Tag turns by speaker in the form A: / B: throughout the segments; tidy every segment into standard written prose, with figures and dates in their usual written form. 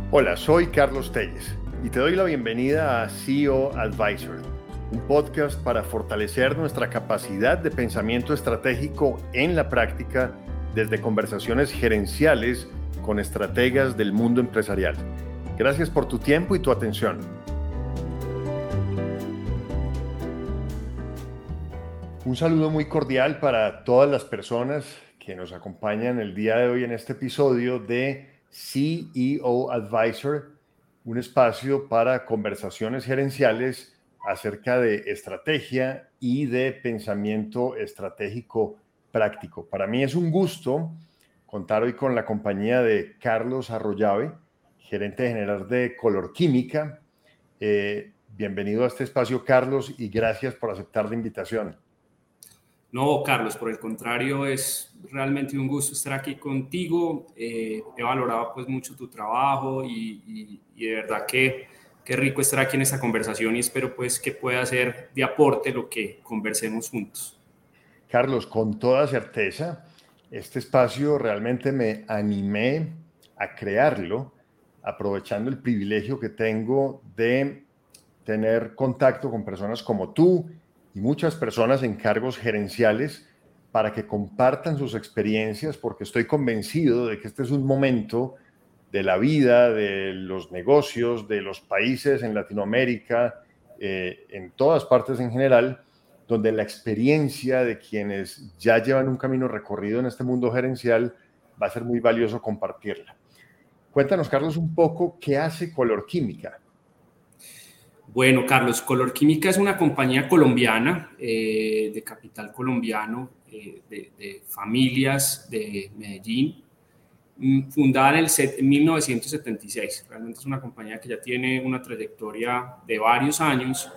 A: Hola, soy Carlos Telles y te doy la bienvenida a CEO Advisor, un podcast para fortalecer nuestra capacidad de pensamiento estratégico en la práctica desde conversaciones gerenciales con estrategas del mundo empresarial. Gracias por tu tiempo y tu atención. Un saludo muy cordial para todas las personas que nos acompañan el día de hoy en este episodio de CEO Advisor, un espacio para conversaciones gerenciales acerca de estrategia y de pensamiento estratégico práctico. Para mí es un gusto contar hoy con la compañía de Carlos Arroyave, gerente general de Color Química. Bienvenido a este espacio, Carlos, y gracias por aceptar la invitación.
B: No, Carlos, por el contrario, es realmente un gusto estar aquí contigo. He valorado pues mucho tu trabajo y de verdad que qué rico estar aquí en esta conversación y espero pues que pueda ser de aporte lo que conversemos juntos.
A: Carlos, con toda certeza, este espacio realmente me animé a crearlo, aprovechando el privilegio que tengo de tener contacto con personas como tú y muchas personas en cargos gerenciales para que compartan sus experiencias, porque estoy convencido de que este es un momento de la vida, de los negocios, de los países en Latinoamérica, en todas partes en general, donde la experiencia de quienes ya llevan un camino recorrido en este mundo gerencial va a ser muy valioso compartirla. Cuéntanos, Carlos, un poco qué hace Color Química.
B: Bueno, Carlos, Color Química es una compañía colombiana de capital colombiano, de familias de Medellín, fundada en 1976. Realmente es una compañía que ya tiene una trayectoria de varios años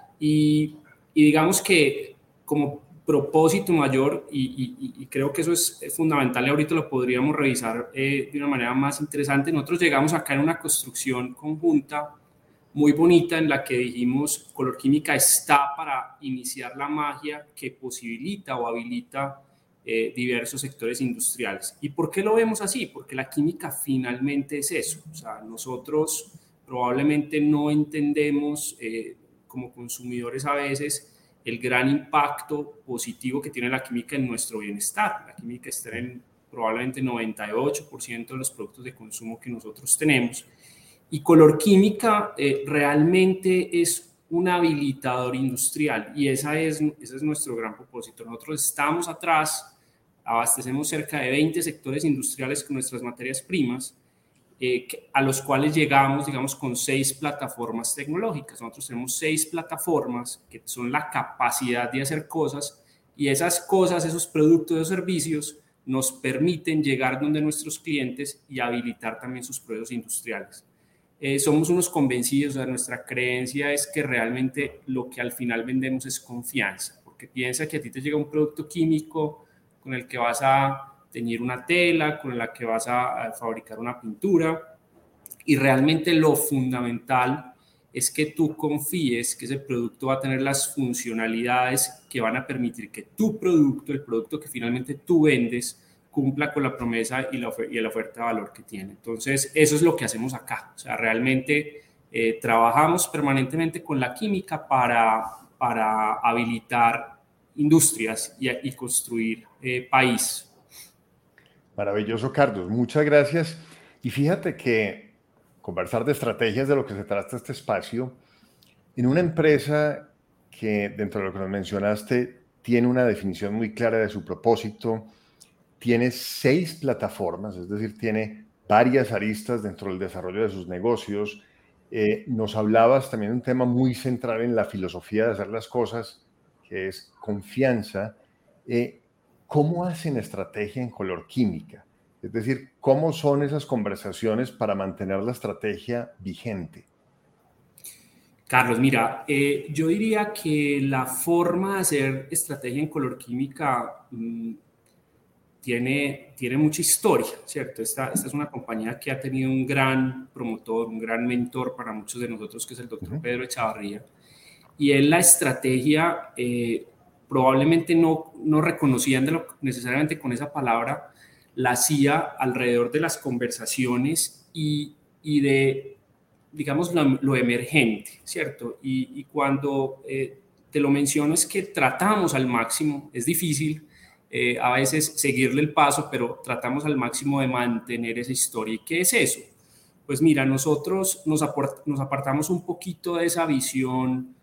B: y digamos que como propósito mayor, y creo que eso es fundamental y ahorita lo podríamos revisar de una manera más interesante, nosotros llegamos acá en una construcción conjunta muy bonita en la que dijimos Color Química está para iniciar la magia que posibilita o habilita diversos sectores industriales. ¿Y por qué lo vemos así? Porque la química finalmente es eso. O sea, nosotros probablemente no entendemos como consumidores a veces el gran impacto positivo que tiene la química en nuestro bienestar. La química está en probablemente 98% de los productos de consumo que nosotros tenemos. Y Color Química realmente es un habilitador industrial y ese es nuestro gran propósito. Nosotros estamos atrás, abastecemos cerca de 20 sectores industriales con nuestras materias primas, a los cuales llegamos, digamos, con 6 plataformas tecnológicas. Nosotros tenemos 6 plataformas que son la capacidad de hacer cosas y esas cosas, esos productos o servicios nos permiten llegar donde nuestros clientes y habilitar también sus procesos industriales. Somos unos convencidos, o sea, nuestra creencia es que realmente lo que al final vendemos es confianza, porque piensa que a ti te llega un producto químico con el que vas a teñir una tela, con la que vas a fabricar una pintura, y realmente lo fundamental es que tú confíes que ese producto va a tener las funcionalidades que van a permitir que tu producto, el producto que finalmente tú vendes, cumpla con la promesa y la oferta de valor que tiene. Entonces, eso es lo que hacemos acá. O sea, realmente trabajamos permanentemente con la química para habilitar industrias y construir país.
A: Maravilloso, Carlos. Muchas gracias. Y fíjate que conversar de estrategias de lo que se trata este espacio, en una empresa que dentro de lo que nos mencionaste tiene una definición muy clara de su propósito, tiene 6 plataformas, es decir, tiene varias aristas dentro del desarrollo de sus negocios. Nos hablabas también de un tema muy central en la filosofía de hacer las cosas, que es confianza. ¿Cómo hacen estrategia en Color Química? Es decir, ¿cómo son esas conversaciones para mantener la estrategia vigente?
B: Carlos, mira, yo diría que la forma de hacer estrategia en Color Química tiene mucha historia, ¿cierto? Esta es una compañía que ha tenido un gran promotor, un gran mentor para muchos de nosotros, que es el doctor Pedro Echavarría. Y él la estrategia probablemente no reconocían necesariamente con esa palabra, la hacía alrededor de las conversaciones y y de, digamos, lo emergente, ¿cierto? Y cuando te lo menciono es que tratamos al máximo, es difícil a veces seguirle el paso, pero tratamos al máximo de mantener esa historia. ¿Y qué es eso? Pues mira, nosotros nos apartamos un poquito de esa visión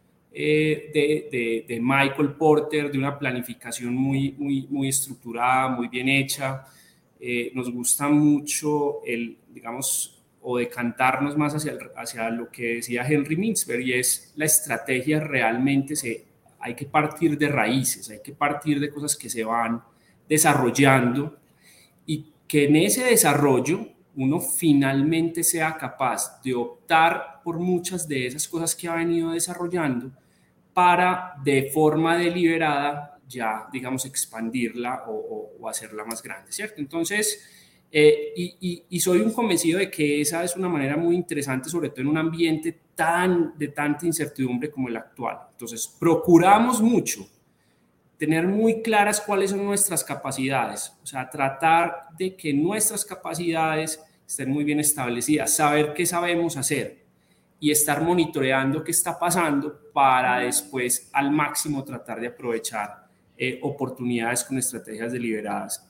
B: de Michael Porter, de una planificación muy estructurada, muy bien hecha. Nos gusta mucho digamos, o decantarnos más hacia lo que decía Henry Mintzberg, y es la estrategia realmente hay que partir de raíces, hay que partir de cosas que se van desarrollando y que en ese desarrollo uno finalmente sea capaz de optar por muchas de esas cosas que ha venido desarrollando para de forma deliberada ya, digamos, expandirla o hacerla más grande, ¿cierto? Entonces, y soy un convencido de que esa es una manera muy interesante, sobre todo en un ambiente de tanta incertidumbre como el actual. Entonces, procuramos mucho tener muy claras cuáles son nuestras capacidades, o sea, tratar de que nuestras capacidades estén muy bien establecidas, saber qué sabemos hacer y estar monitoreando qué está pasando para después al máximo tratar de aprovechar oportunidades con estrategias deliberadas.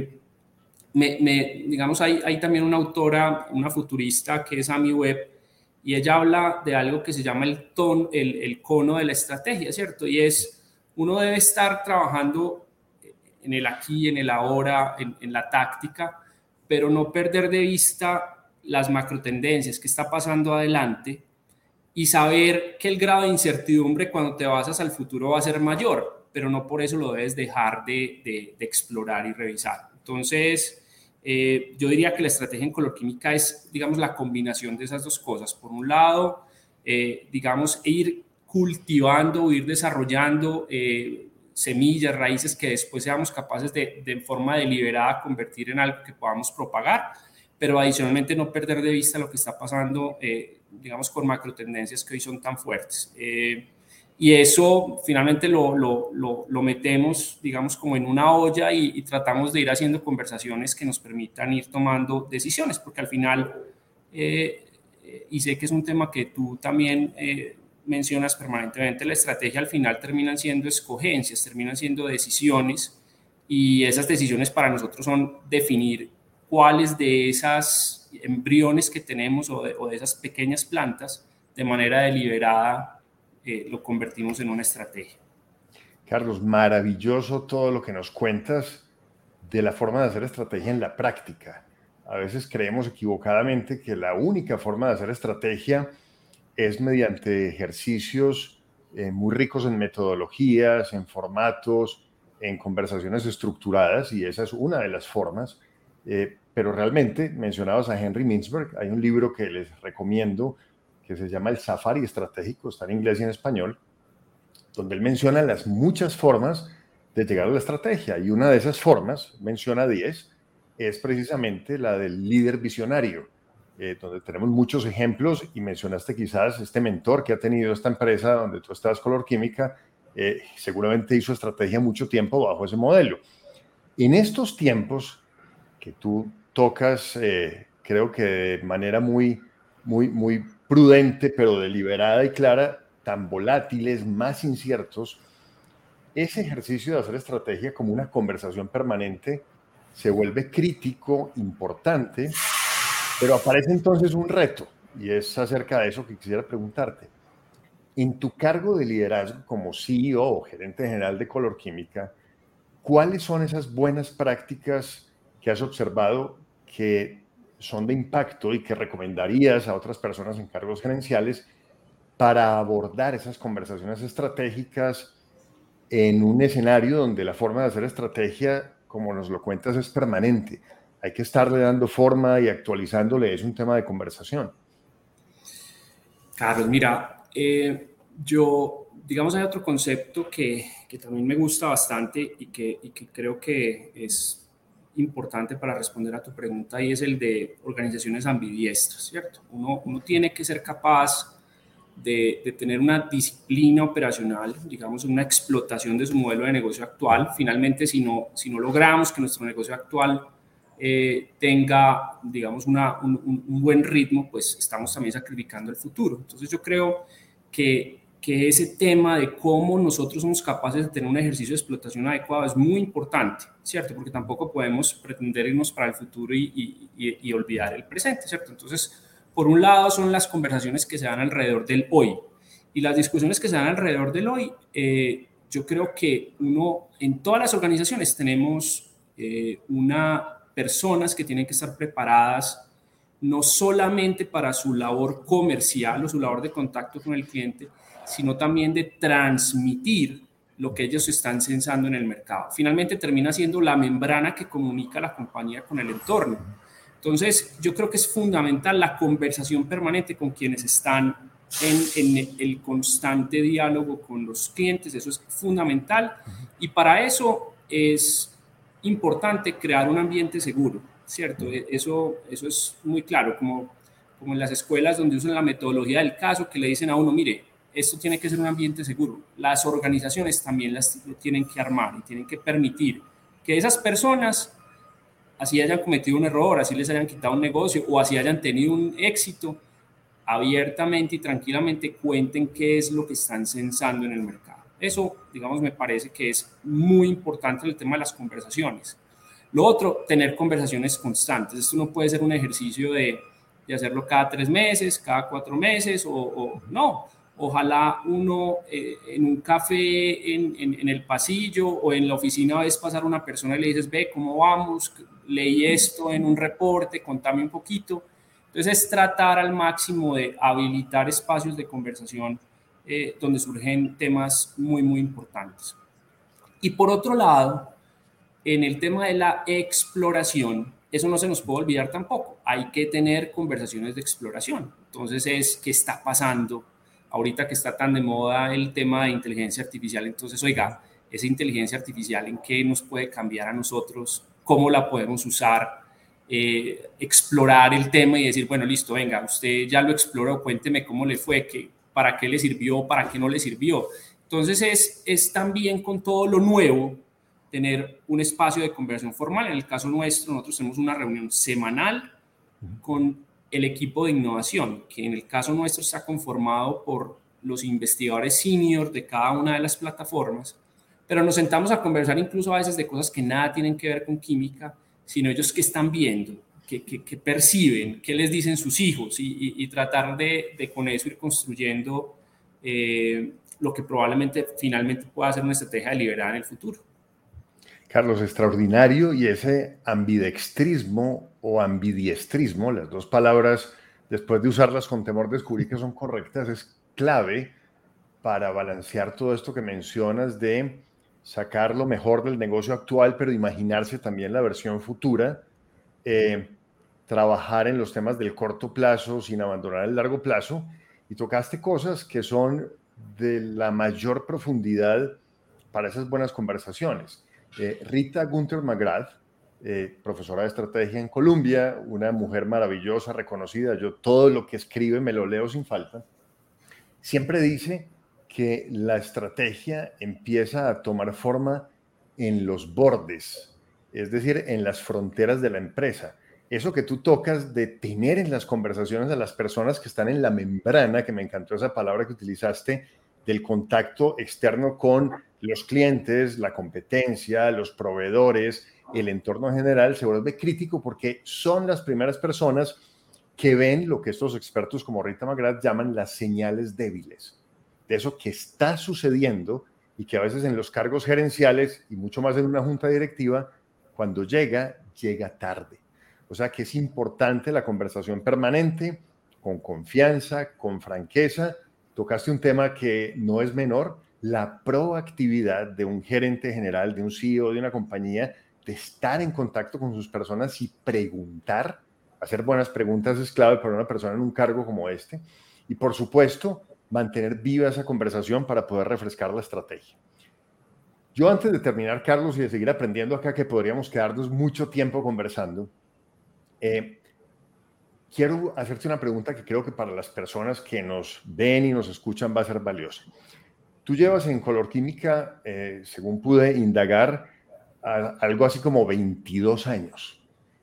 B: Digamos, hay también una autora, una futurista que es Amy Webb, y ella habla de algo que se llama el cono de la estrategia, ¿cierto? Y es, uno debe estar trabajando en el aquí, en el ahora, en la táctica, pero no perder de vista las macrotendencias que está pasando adelante y saber que el grado de incertidumbre cuando te basas al futuro va a ser mayor, pero no por eso lo debes dejar de explorar y revisar. Entonces, yo diría que la estrategia en color química es, digamos, la combinación de esas dos cosas. Por un lado, digamos, ir cultivando o ir desarrollando semillas, raíces que después seamos capaces de forma deliberada convertir en algo que podamos propagar, pero adicionalmente no perder de vista lo que está pasando, digamos, con macro tendencias que hoy son tan fuertes. Y eso finalmente lo metemos, digamos, como en una olla y tratamos de ir haciendo conversaciones que nos permitan ir tomando decisiones, porque al final, y sé que es un tema que tú también mencionas permanentemente, la estrategia al final terminan siendo escogencias, terminan siendo decisiones, y esas decisiones para nosotros son definir cuáles de esas embriones que tenemos o de esas pequeñas plantas de manera deliberada lo convertimos en una estrategia.
A: Carlos, maravilloso todo lo que nos cuentas de la forma de hacer estrategia en la práctica. A veces creemos equivocadamente que la única forma de hacer estrategia es mediante ejercicios muy ricos en metodologías, en formatos, en conversaciones estructuradas, y esa es una de las formas. Pero realmente, mencionabas a Henry Mintzberg, hay un libro que les recomiendo que se llama El Safari Estratégico, está en inglés y en español, donde él menciona las muchas formas de llegar a la estrategia, y una de esas formas, menciona 10, es precisamente la del líder visionario, donde tenemos muchos ejemplos, y mencionaste quizás este mentor que ha tenido esta empresa donde tú estás, Color Química, seguramente hizo estrategia mucho tiempo bajo ese modelo. En estos tiempos que tú tocas, creo que de manera muy prudente, pero deliberada y clara, tan volátiles, más inciertos, ese ejercicio de hacer estrategia como una conversación permanente se vuelve crítico, importante, pero aparece entonces un reto, y es acerca de eso que quisiera preguntarte. En tu cargo de liderazgo como CEO o gerente general de Color Química, ¿cuáles son esas buenas prácticas que has observado que son de impacto y que recomendarías a otras personas en cargos gerenciales para abordar esas conversaciones estratégicas en un escenario donde la forma de hacer estrategia, como nos lo cuentas, es permanente? Hay que estarle dando forma y actualizándole, es un tema de conversación.
B: Carlos, mira, digamos, hay otro concepto que también me gusta bastante y que creo que es importante para responder a tu pregunta, y es el de organizaciones ambidiestras, ¿cierto? Uno tiene que ser capaz de tener una disciplina operacional, digamos, una explotación de su modelo de negocio actual. Finalmente, si no logramos que nuestro negocio actual tenga, digamos, un buen ritmo, pues estamos también sacrificando el futuro. Entonces yo creo que ese tema de cómo nosotros somos capaces de tener un ejercicio de explotación adecuado es muy importante, ¿cierto? Porque tampoco podemos pretender irnos para el futuro y olvidar el presente, ¿cierto? Entonces, por un lado son las conversaciones que se dan alrededor del hoy, y las discusiones que se dan alrededor del hoy, yo creo que en todas las organizaciones tenemos personas que tienen que estar preparadas no solamente para su labor comercial o su labor de contacto con el cliente, sino también de transmitir lo que ellos están sensando en el mercado. Finalmente termina siendo la membrana que comunica la compañía con el entorno. Entonces, yo creo que es fundamental la conversación permanente con quienes están en el constante diálogo con los clientes. Eso es fundamental, y para eso es importante crear un ambiente seguro, ¿cierto? Eso es muy claro, como en las escuelas donde usan la metodología del caso, que le dicen a uno, mire, esto tiene que ser un ambiente seguro. Las organizaciones también lo tienen que armar y tienen que permitir que esas personas, así hayan cometido un error, así les hayan quitado un negocio o así hayan tenido un éxito, abiertamente y tranquilamente cuenten qué es lo que están sensando en el mercado. Eso, digamos, me parece que es muy importante en el tema de las conversaciones. Lo otro, tener conversaciones constantes. Esto no puede ser un ejercicio de hacerlo cada 3 meses, cada 4 meses, o no. Ojalá uno en un café, en el pasillo o en la oficina, ves pasar una persona y le dices, ve, ¿cómo vamos? Leí esto en un reporte, contame un poquito. Entonces es tratar al máximo de habilitar espacios de conversación donde surgen temas muy, muy importantes. Y por otro lado, en el tema de la exploración, eso no se nos puede olvidar tampoco. Hay que tener conversaciones de exploración. Entonces es qué está pasando ahorita que está tan de moda el tema de inteligencia artificial. Entonces, oiga, esa inteligencia artificial, ¿en qué nos puede cambiar a nosotros? ¿Cómo la podemos usar? Explorar el tema y decir, bueno, listo, venga, usted ya lo exploró, cuénteme cómo le fue, para qué le sirvió, para qué no le sirvió. Entonces es también con todo lo nuevo tener un espacio de conversación formal. En el caso nuestro, nosotros tenemos una reunión semanal con el equipo de innovación, que en el caso nuestro está conformado por los investigadores senior de cada una de las plataformas, pero nos sentamos a conversar incluso a veces de cosas que nada tienen que ver con química, sino ellos qué están viendo, qué perciben, qué les dicen sus hijos, y tratar de con eso ir construyendo lo que probablemente finalmente pueda ser una estrategia deliberada en el futuro.
A: Carlos, extraordinario, y ese ambidextrismo o ambidiestrismo, las dos palabras, después de usarlas con temor, descubrí que son correctas, es clave para balancear todo esto que mencionas de sacar lo mejor del negocio actual, pero imaginarse también la versión futura, trabajar en los temas del corto plazo sin abandonar el largo plazo, y tocaste cosas que son de la mayor profundidad para esas buenas conversaciones. Rita Gunther McGrath, profesora de estrategia en Columbia, una mujer maravillosa, reconocida, yo todo lo que escribe me lo leo sin falta, siempre dice que la estrategia empieza a tomar forma en los bordes, es decir, en las fronteras de la empresa. Eso que tú tocas de tener en las conversaciones a las personas que están en la membrana, que me encantó esa palabra que utilizaste, del contacto externo con los clientes, la competencia, los proveedores, el entorno general, se vuelve crítico porque son las primeras personas que ven lo que estos expertos como Rita McGrath llaman las señales débiles, de eso que está sucediendo y que a veces en los cargos gerenciales y mucho más en una junta directiva, cuando llega tarde. O sea que es importante la conversación permanente, con confianza, con franqueza. Tocaste un tema que no es menor, la proactividad de un gerente general, de un CEO de una compañía, de estar en contacto con sus personas y preguntar. Hacer buenas preguntas es clave para una persona en un cargo como este. Y por supuesto, mantener viva esa conversación para poder refrescar la estrategia. Yo antes de terminar, Carlos, y de seguir aprendiendo acá, que podríamos quedarnos mucho tiempo conversando, quiero hacerte una pregunta que creo que para las personas que nos ven y nos escuchan va a ser valiosa. Tú llevas en Color Química, según pude indagar, algo así como 22 años.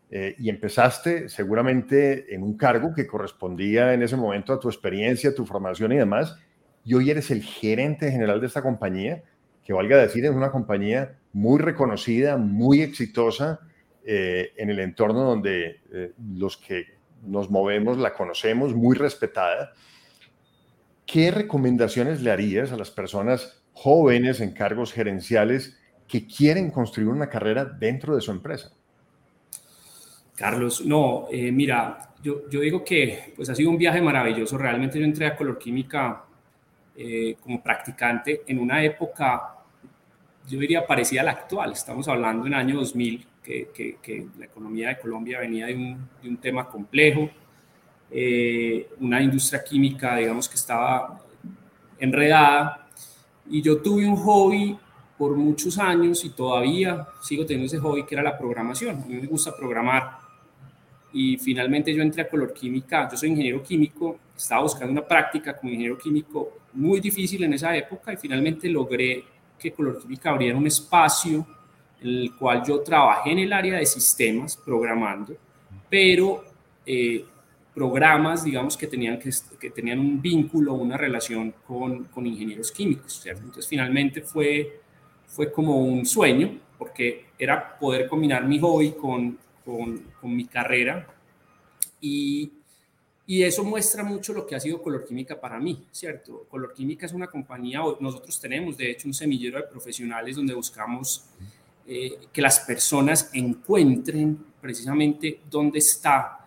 A: y empezaste seguramente en un cargo que correspondía en ese momento a tu experiencia, tu formación y demás, y hoy eres el gerente general de esta compañía, que valga decir, es una compañía muy reconocida, muy exitosa en el entorno donde los que nos movemos la conocemos, muy respetada. ¿Qué recomendaciones le harías a las personas jóvenes en cargos gerenciales que quieren construir una carrera dentro de su empresa?
B: Carlos, no, mira, yo digo que pues ha sido un viaje maravilloso. Realmente yo entré a Color Química como practicante en una época, yo diría, parecida a la actual. Estamos hablando en el año 2000, que la economía de Colombia venía de un tema complejo, una industria química, digamos, que estaba enredada, y yo tuve un hobby por muchos años y todavía sigo teniendo ese hobby, que era la programación. A mí me gusta programar y finalmente yo entré a Color Química. Yo soy ingeniero químico, estaba buscando una práctica como ingeniero químico muy difícil en esa época y finalmente logré que Color Química abriera un espacio en el cual yo trabajé en el área de sistemas programando, pero programas, digamos, que tenían un vínculo, una relación con ingenieros químicos, ¿cierto? Entonces finalmente fue como un sueño, porque era poder combinar mi hobby con mi carrera, y, y eso muestra mucho lo que ha sido Color Química para mí, ¿cierto? Color Química es una compañía, nosotros tenemos de hecho un semillero de profesionales donde buscamos que las personas encuentren precisamente dónde está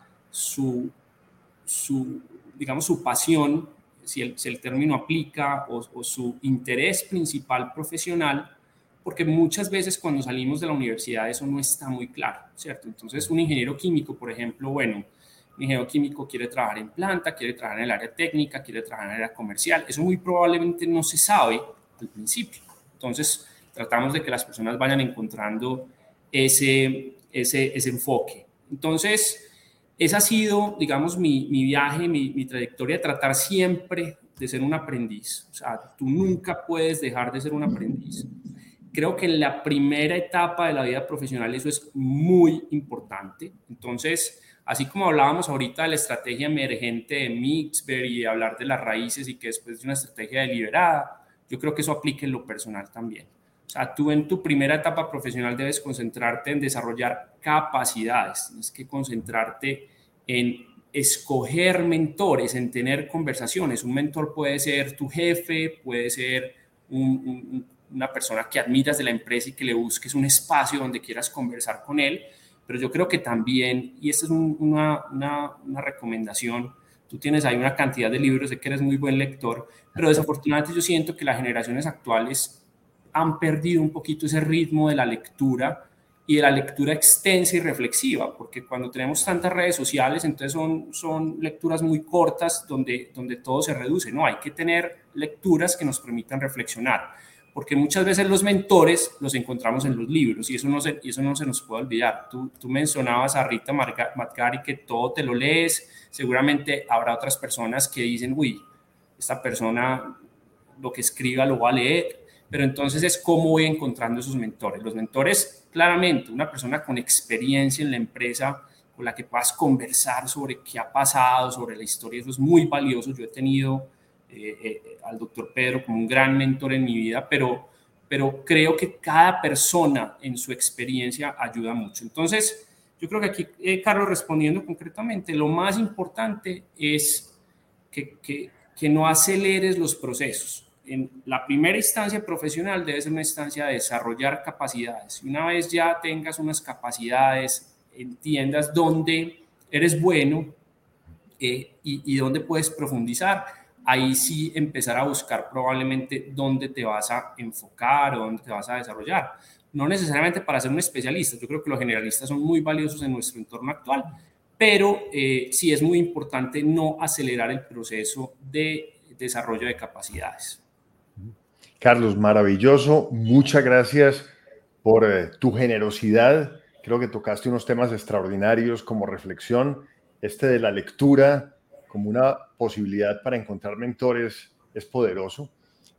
B: su digamos, su pasión, si el término aplica, o su interés principal profesional, porque muchas veces cuando salimos de la universidad eso no está muy claro, ¿cierto? Entonces un ingeniero químico, por ejemplo, bueno, un ingeniero químico quiere trabajar en planta, quiere trabajar en el área técnica, quiere trabajar en el área comercial, eso muy probablemente no se sabe al principio. Entonces tratamos de que las personas vayan encontrando ese enfoque. Entonces, ese ha sido, digamos, mi viaje, mi trayectoria, tratar siempre de ser un aprendiz. O sea, tú nunca puedes dejar de ser un aprendiz. Creo que en la primera etapa de la vida profesional eso es muy importante. Entonces, así como hablábamos ahorita de la estrategia emergente de Mixberry y hablar de las raíces y que después de una estrategia deliberada, yo creo que eso aplica en lo personal también. O sea, tú en tu primera etapa profesional debes concentrarte en desarrollar capacidades, tienes que concentrarte en escoger mentores, en tener conversaciones. Un mentor puede ser tu jefe, puede ser una persona que admiras de la empresa y que le busques un espacio donde quieras conversar con él. Pero yo creo que también, y esta es una recomendación, tú tienes ahí una cantidad de libros, sé que eres muy buen lector, pero desafortunadamente yo siento que las generaciones actuales han perdido un poquito ese ritmo de la lectura y de la lectura extensa y reflexiva, porque cuando tenemos tantas redes sociales, entonces son lecturas muy cortas donde todo se reduce. No, hay que tener lecturas que nos permitan reflexionar, porque muchas veces los mentores los encontramos en los libros y eso no se nos puede olvidar. Tú mencionabas a Rita McGarry, que todo te lo lees, seguramente habrá otras personas que dicen, uy, esta persona lo que escriba lo va a leer, pero entonces es cómo voy encontrando esos mentores. Los mentores, claramente, una persona con experiencia en la empresa con la que puedas conversar sobre qué ha pasado, sobre la historia, eso es muy valioso. Yo he tenido al doctor Pedro como un gran mentor en mi vida, pero creo que cada persona en su experiencia ayuda mucho. Entonces, yo creo que aquí, Carlos, respondiendo concretamente, lo más importante es que no aceleres los procesos. En la primera instancia profesional debe ser una instancia de desarrollar capacidades. Y una vez ya tengas unas capacidades, entiendas dónde eres bueno y dónde puedes profundizar, ahí sí empezar a buscar probablemente dónde te vas a enfocar o dónde te vas a desarrollar. No necesariamente para ser un especialista, yo creo que los generalistas son muy valiosos en nuestro entorno actual, pero sí es muy importante no acelerar el proceso de desarrollo de capacidades.
A: Carlos, maravilloso. Muchas gracias por tu generosidad. Creo que tocaste unos temas extraordinarios como reflexión. Este de la lectura como una posibilidad para encontrar mentores es poderoso.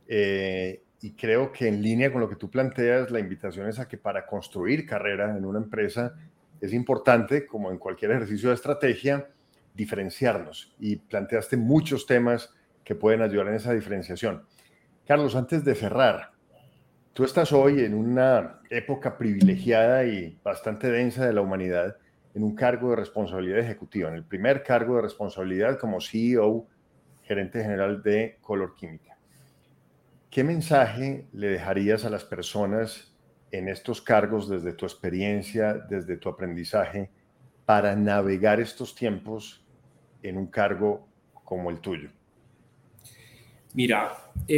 A: Y creo que en línea con lo que tú planteas, la invitación es a que para construir carrera en una empresa es importante, como en cualquier ejercicio de estrategia, diferenciarnos, y planteaste muchos temas que pueden ayudar en esa diferenciación. Carlos, antes de cerrar, tú estás hoy en una época privilegiada y bastante densa de la humanidad, en un cargo de responsabilidad ejecutiva, en el primer cargo de responsabilidad como CEO, gerente general de Color Química. ¿Qué mensaje le dejarías a las personas en estos cargos desde tu experiencia, desde tu aprendizaje, para navegar estos tiempos en un cargo como el tuyo?
B: Mira,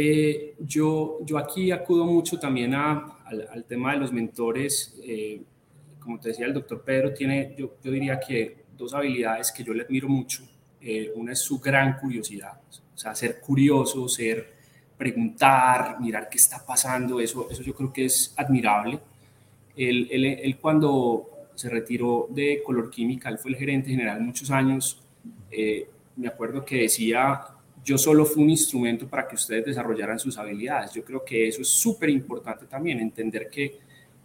B: yo aquí acudo mucho también al tema de los mentores. Como te decía, el doctor Pedro tiene, yo diría que dos habilidades que yo le admiro mucho. Una es su gran curiosidad, o sea, ser curioso, preguntar, mirar qué está pasando, eso yo creo que es admirable. Él cuando se retiró de Color Química, él fue el gerente general muchos años, me acuerdo que decía: yo solo fui un instrumento para que ustedes desarrollaran sus habilidades. Yo creo que eso es súper importante también, entender que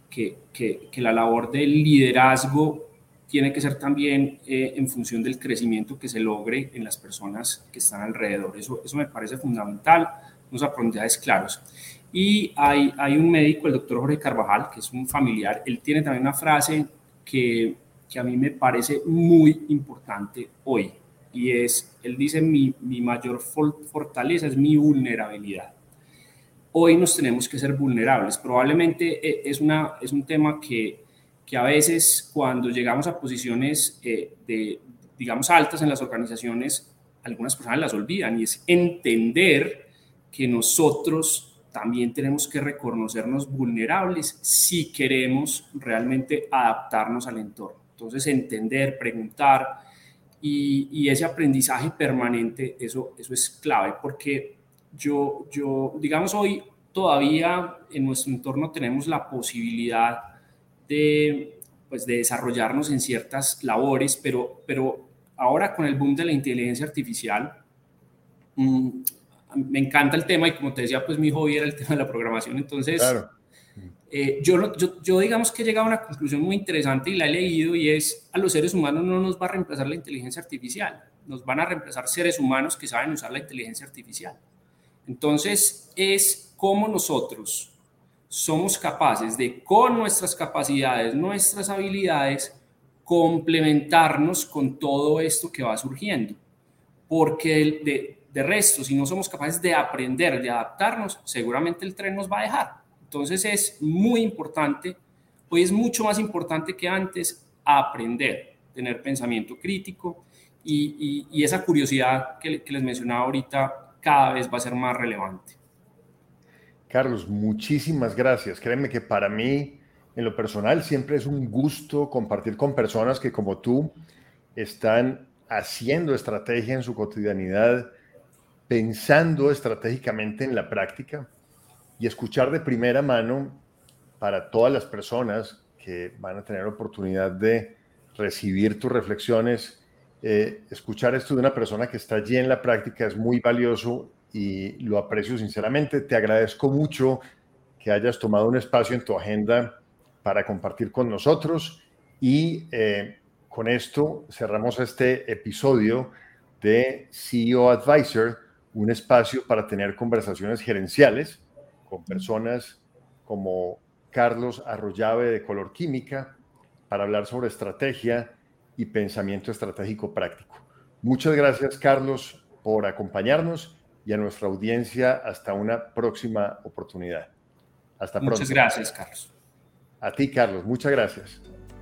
B: la labor del liderazgo tiene que ser también en función del crecimiento que se logre en las personas que están alrededor. Eso me parece fundamental, unos aprendizajes claros. Y hay un médico, el doctor Jorge Carvajal, que es un familiar. Él tiene también una frase que a mí me parece muy importante hoy, y él dice: mi mayor fortaleza es mi vulnerabilidad. Hoy nos tenemos que ser vulnerables. Probablemente es un tema que a veces, cuando llegamos a posiciones digamos, altas en las organizaciones, algunas personas las olvidan, y es entender que nosotros también tenemos que reconocernos vulnerables si queremos realmente adaptarnos al entorno. Entonces, entender, preguntar, y ese aprendizaje permanente, eso es clave, porque yo, digamos, hoy todavía en nuestro entorno tenemos la posibilidad de desarrollarnos en ciertas labores, pero ahora, con el boom de la inteligencia artificial, me encanta el tema, y como te decía, pues mi hobby era el tema de la programación. Entonces,
A: claro.
B: Yo digamos que he llegado a una conclusión muy interesante, y la he leído, y es: a los seres humanos no nos va a reemplazar la inteligencia artificial, nos van a reemplazar seres humanos que saben usar la inteligencia artificial. Entonces, es cómo nosotros somos capaces de, con nuestras capacidades, nuestras habilidades, complementarnos con todo esto que va surgiendo. Porque de resto, si no somos capaces de aprender, de adaptarnos, seguramente el tren nos va a dejar. Entonces, es muy importante, hoy es mucho más importante que antes, aprender, tener pensamiento crítico, y esa curiosidad que les mencionaba ahorita cada vez va a ser más relevante.
A: Carlos, muchísimas gracias. Créeme que para mí, en lo personal, siempre es un gusto compartir con personas que, como tú, están haciendo estrategia en su cotidianidad, pensando estratégicamente en la práctica, y escuchar de primera mano, para todas las personas que van a tener oportunidad de recibir tus reflexiones, escuchar esto de una persona que está allí en la práctica es muy valioso, y lo aprecio sinceramente. Te agradezco mucho que hayas tomado un espacio en tu agenda para compartir con nosotros, y con esto cerramos este episodio de CEO Advisor, un espacio para tener conversaciones gerenciales con personas como Carlos Arroyave de Color Química, para hablar sobre estrategia y pensamiento estratégico práctico. Muchas gracias, Carlos, por acompañarnos, y a nuestra audiencia, hasta una próxima oportunidad. Hasta pronto.
B: Muchas gracias, Carlos.
A: A ti, Carlos, muchas gracias.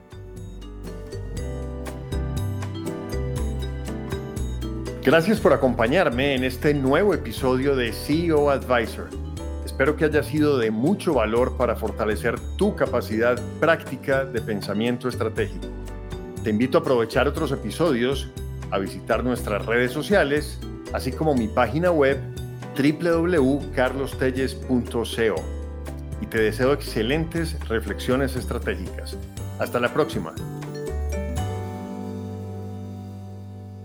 A: Gracias por acompañarme en este nuevo episodio de CEO Advisor. Espero que haya sido de mucho valor para fortalecer tu capacidad práctica de pensamiento estratégico. Te invito a aprovechar otros episodios, a visitar nuestras redes sociales, así como mi página web www.carlostelles.co. Y te deseo excelentes reflexiones estratégicas. Hasta la próxima.